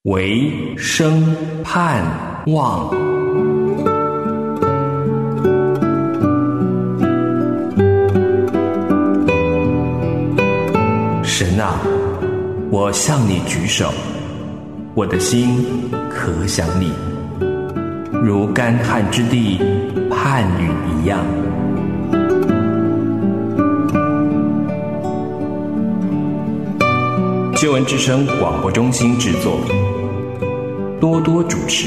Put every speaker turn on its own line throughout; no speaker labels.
唯生盼望。神啊，我向你举手，我的心可想你，如干旱之地盼雨一样。救恩之声广播中心制作，多多主持。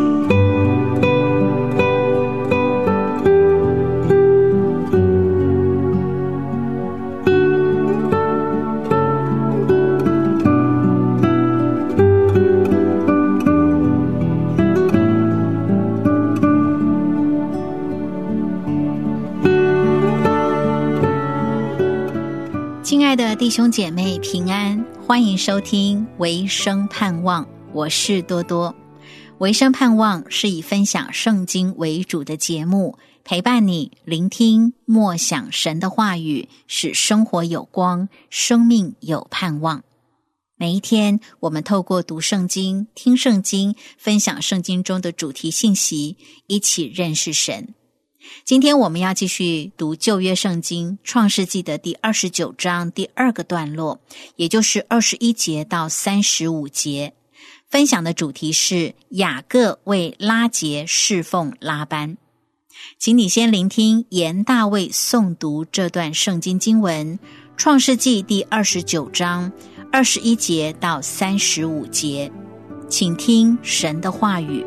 亲爱的弟兄姐妹平安，欢迎收听唯生盼望，我是多多。唯生盼望是以分享圣经为主的节目，陪伴你聆听默想神的话语，使生活有光，生命有盼望。每一天我们透过读圣经、听圣经，分享圣经中的主题信息，一起认识神。今天我们要继续读旧约圣经创世纪的第29章第2个段落，也就是21节到35节。分享的主题是雅各为拉结侍奉拉班。请你先聆听严大卫诵读这段圣经经文，创世纪第29章21节到35节。请听神的话语。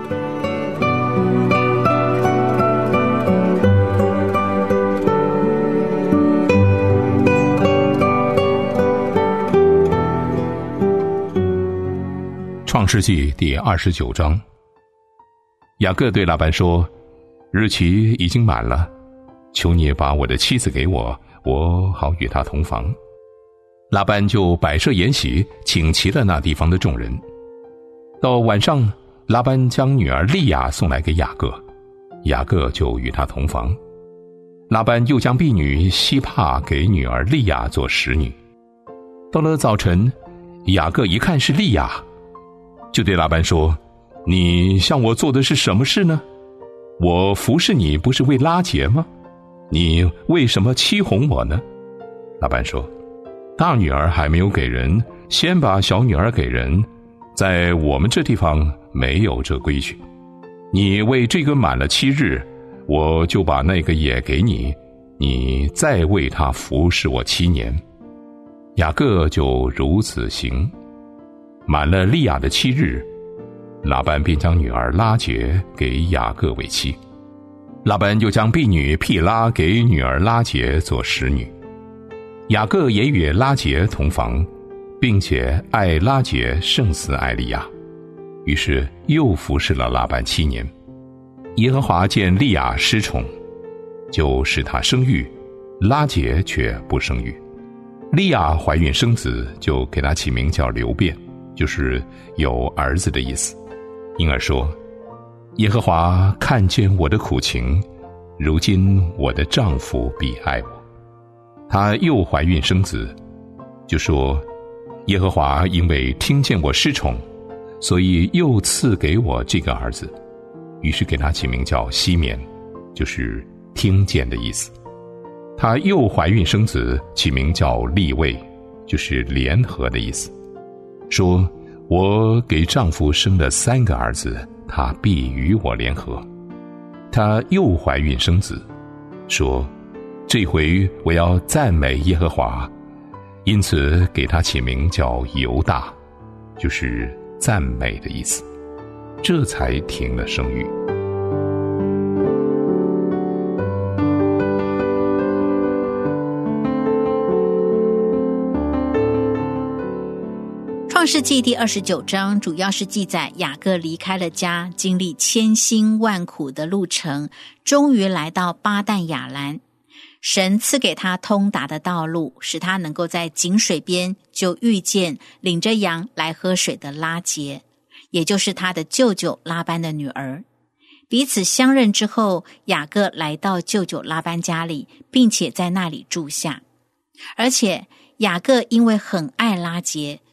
创世纪第29章，雅各对拉班说：日期已经满了，求你把我的妻子给我，我好与她同房。拉班就摆设筵席，请齐了那地方的众人。到晚上，拉班将女儿利亚送来给雅各，雅各就与她同房。拉班又将婢女希帕给女儿利亚做使女。到了早晨，雅各一看是利亚，就对拉班说：你向我做的是什么事呢？我服侍你不是为拉结吗？你为什么欺哄我呢？拉班说：大女儿还没有给人，先把小女儿给人，在我们这地方没有这规矩。你为这个满了7日，我就把那个也给你，你再为他服侍我7年。雅各就如此行。满了利亚的7日，拉班便将女儿拉结给雅各为妻。拉班又将婢女毗拉给女儿拉结做使女。雅各也与拉结同房，并且爱拉结胜似爱利亚，于是又服侍了拉班7年。耶和华见利亚失宠，就使她生育，拉结却不生育。利亚怀孕生子，就给她起名叫流便，就是有儿子的意思。因而说：耶和华看见我的苦情，如今我的丈夫必爱我。她又怀孕生子，就说：耶和华因为听见我失宠，所以又赐给我这个儿子。于是给他起名叫西缅，就是听见的意思。她又怀孕生子，起名叫利位，就是联合的意思。说：我给丈夫生了3个儿子，他必与我联合。她又怀孕生子，说：这回我要赞美耶和华，因此给他起名叫犹大，就是赞美的意思。这才停了生育。
创世纪第29章主要是记载雅各离开了家，经历千辛万苦的路程，终于来到巴旦亚兰。神赐给他通达的道路，使他能够在井水边就遇见领着羊来喝水的拉结，也就是他的舅舅拉班的女儿。彼此相认之后，雅各来到舅舅拉班家里，并且在那里住下。而且雅各因为很爱拉结，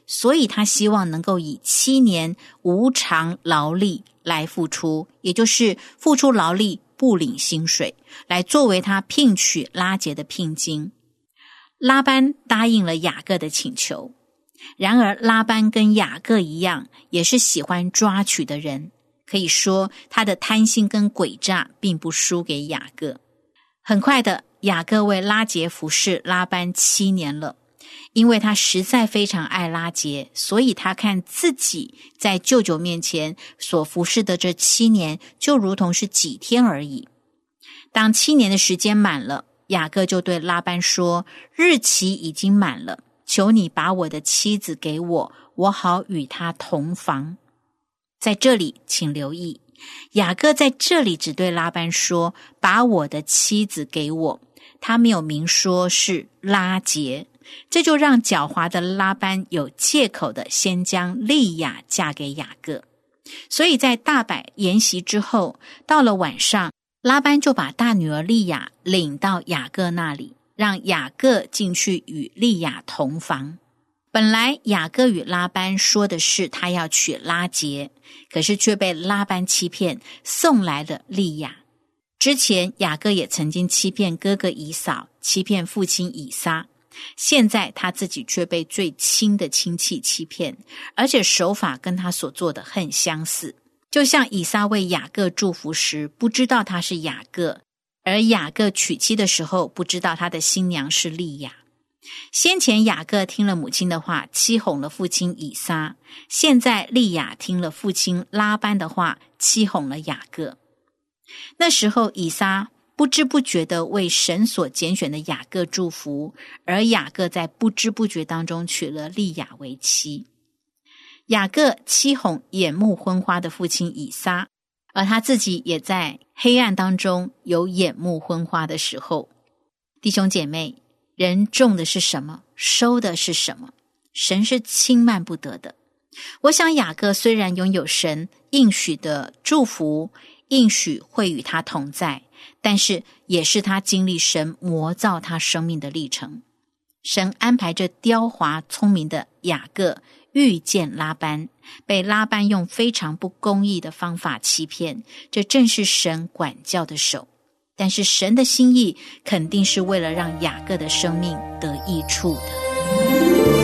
所以他希望能够以7年无偿劳力来付出，也就是付出劳力不领薪水，来作为他聘娶拉结的聘金。拉班答应了雅各的请求，然而拉班跟雅各一样，也是喜欢抓取的人，可以说他的贪心跟诡诈并不输给雅各。很快的，雅各为拉结服侍拉班7年了。因为他实在非常爱拉结，所以他看自己在舅舅面前所服侍的这7年就如同是几天而已。当7年的时间满了，雅各就对拉班说，日期已经满了，求你把我的妻子给我，我好与她同房。在这里请留意，雅各在这里只对拉班说，把我的妻子给我，他没有明说是拉结，这就让狡猾的拉班有借口的先将利亚嫁给雅各。所以在大摆筵席之后，到了晚上，拉班就把大女儿利亚领到雅各那里，让雅各进去与利亚同房。本来雅各与拉班说的是他要娶拉结，可是却被拉班欺骗，送来了利亚。之前雅各也曾经欺骗哥哥以扫，欺骗父亲以撒，现在他自己却被最亲的亲戚欺骗，而且手法跟他所做的很相似。就像以撒为雅各祝福时，不知道他是雅各，而雅各娶妻的时候，不知道他的新娘是利亚。先前雅各听了母亲的话，欺哄了父亲以撒，现在利亚听了父亲拉班的话，欺哄了雅各。那时候以撒不知不觉地为神所拣选的雅各祝福，而雅各在不知不觉当中娶了利亚为妻。雅各欺哄眼目昏花的父亲以撒，而他自己也在黑暗当中有眼目昏花的时候。弟兄姐妹，人种的是什么，收的是什么，神是轻慢不得的。我想雅各虽然拥有神应许的祝福，应许会与他同在，但是也是他经历神磨造他生命的历程。神安排着刁滑聪明的雅各遇见拉班，被拉班用非常不公义的方法欺骗，这正是神管教的手。但是神的心意肯定是为了让雅各的生命得益处的。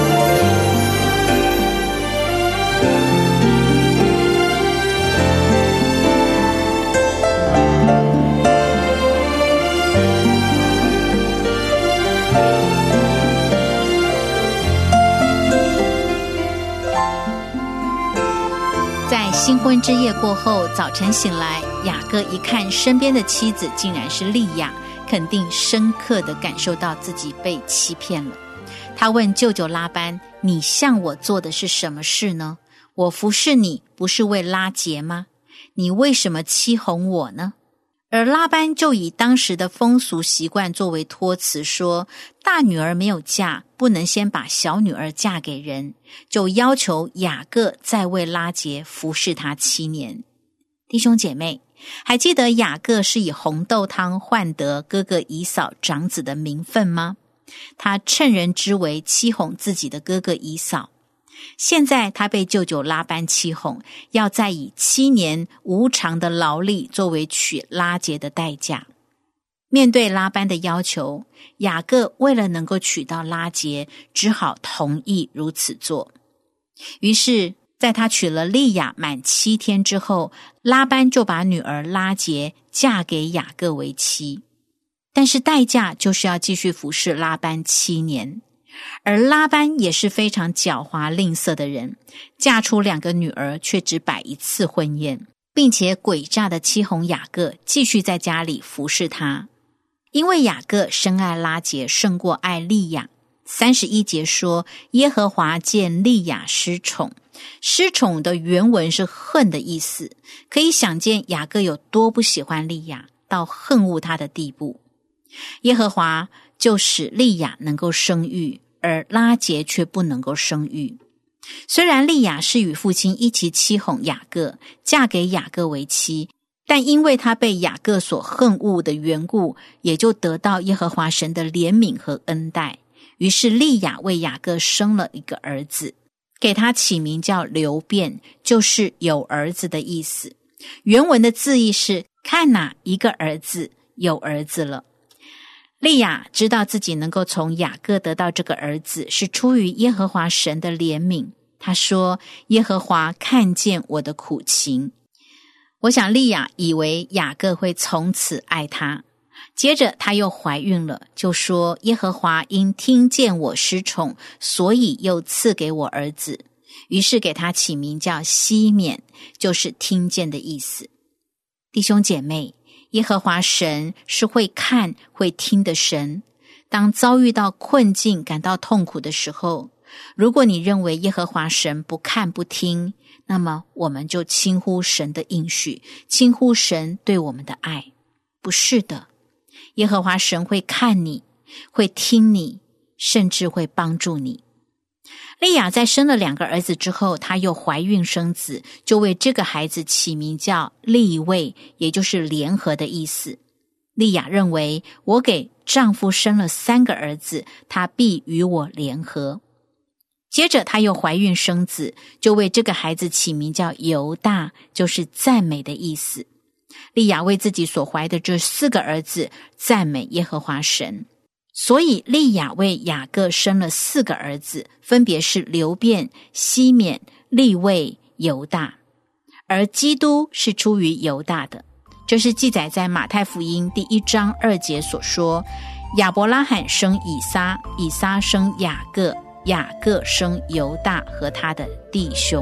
在新婚之夜过后，早晨醒来，雅各一看身边的妻子竟然是利亚，肯定深刻地感受到自己被欺骗了。他问舅舅拉班，你向我做的是什么事呢？我服侍你不是为拉结吗？你为什么欺哄我呢？而拉班就以当时的风俗习惯作为托辞，说大女儿没有嫁，不能先把小女儿嫁给人，就要求雅各再为拉结服侍他7年。弟兄姐妹，还记得雅各是以红豆汤换得哥哥以扫长子的名分吗？他趁人之危欺哄自己的哥哥以扫，现在他被舅舅拉班欺哄，要再以7年无偿的劳力作为娶拉结的代价。面对拉班的要求，雅各为了能够娶到拉结，只好同意如此做。于是在他娶了利亚满7天之后，拉班就把女儿拉结嫁给雅各为妻，但是代价就是要继续服侍拉班7年。而拉班也是非常狡猾吝啬的人，嫁出2个女儿却只摆1次婚宴，并且诡诈的欺哄雅各继续在家里服侍他。因为雅各深爱拉结胜过爱利亚，31节说耶和华见利亚失宠，失宠的原文是恨的意思，可以想见雅各有多不喜欢利亚，到恨恶他的地步。耶和华就使利亚能够生育，而拉结却不能够生育。虽然利亚是与父亲一起欺哄雅各，嫁给雅各为妻，但因为他被雅各所恨恶的缘故，也就得到耶和华神的怜悯和恩待。于是利亚为雅各生了一个儿子。 给他起名叫流便，就是有儿子的意思。原文的字义是看哪，一个儿子，有儿子了。利亚知道自己能够从雅各得到这个儿子，是出于耶和华神的怜悯。他说，耶和华看见我的苦情。我想利亚以为雅各会从此爱他，接着她又怀孕了，就说耶和华因听见我失宠，所以又赐给我儿子，于是给他起名叫西缅，就是听见的意思。弟兄姐妹，耶和华神是会看会听的神。当遭遇到困境感到痛苦的时候，如果你认为耶和华神不看不听，那么我们就轻忽神的应许，轻忽神对我们的爱。不是的，耶和华神会看你，会听你，甚至会帮助你。利亚在生了2个儿子之后，她又怀孕生子，就为这个孩子起名叫利未，也就是联合的意思。利亚认为，我给丈夫生了3个儿子，他必与我联合。接着她又怀孕生子，就为这个孩子起名叫犹大，就是赞美的意思。利亚为自己所怀的这4个儿子赞美耶和华神。所以利亚为雅各生了4个儿子，分别是流便、西缅、利未、犹大。而基督是出于犹大的，这是记载在马太福音第1章2节所说，亚伯拉罕生以撒，以撒生雅各，雅各生犹大和他的弟兄。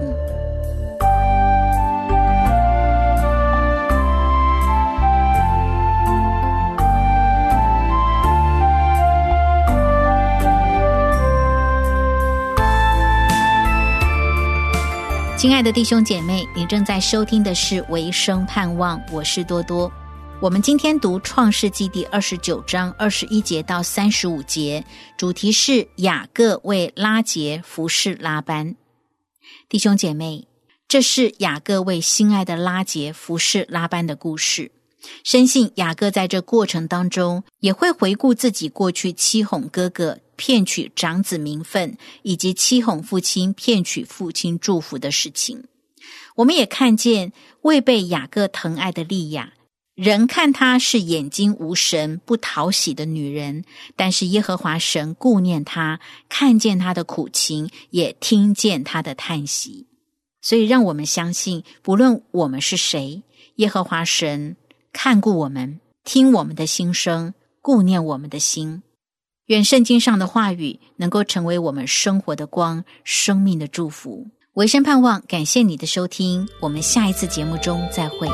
亲爱的弟兄姐妹，你正在收听的是维生盼望，我是多多。我们今天读创世纪第29章21节到35节，主题是雅各为拉结服侍拉班。弟兄姐妹，这是雅各为心爱的拉结服侍拉班的故事。深信雅各在这过程当中也会回顾自己过去欺哄哥哥，骗取长子名分，以及欺哄父亲，骗取父亲祝福的事情。我们也看见未被雅各疼爱的利亚，人看她是眼睛无神不讨喜的女人，但是耶和华神顾念她，看见她的苦情，也听见她的叹息。所以让我们相信，不论我们是谁，耶和华神看顾我们，听我们的心声，顾念我们的心。愿圣经上的话语能够成为我们生活的光，生命的祝福。维生盼望，感谢你的收听，我们下一次节目中再会。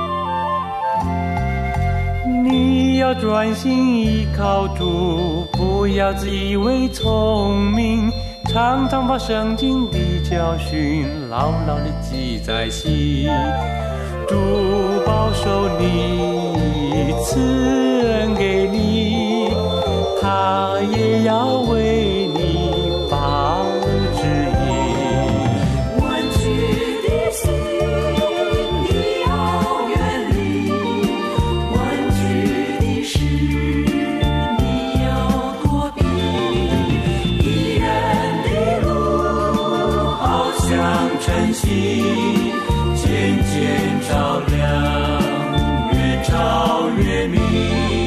你要专心依靠主，不要自以为聪明，常常把圣经的教训牢牢地记在心。主保守你，赐恩给你，他也要为你把路指引。
弯曲的心你要远离，弯曲的事你要躲避，义人的路好像晨曦，渐渐照亮，越照越明。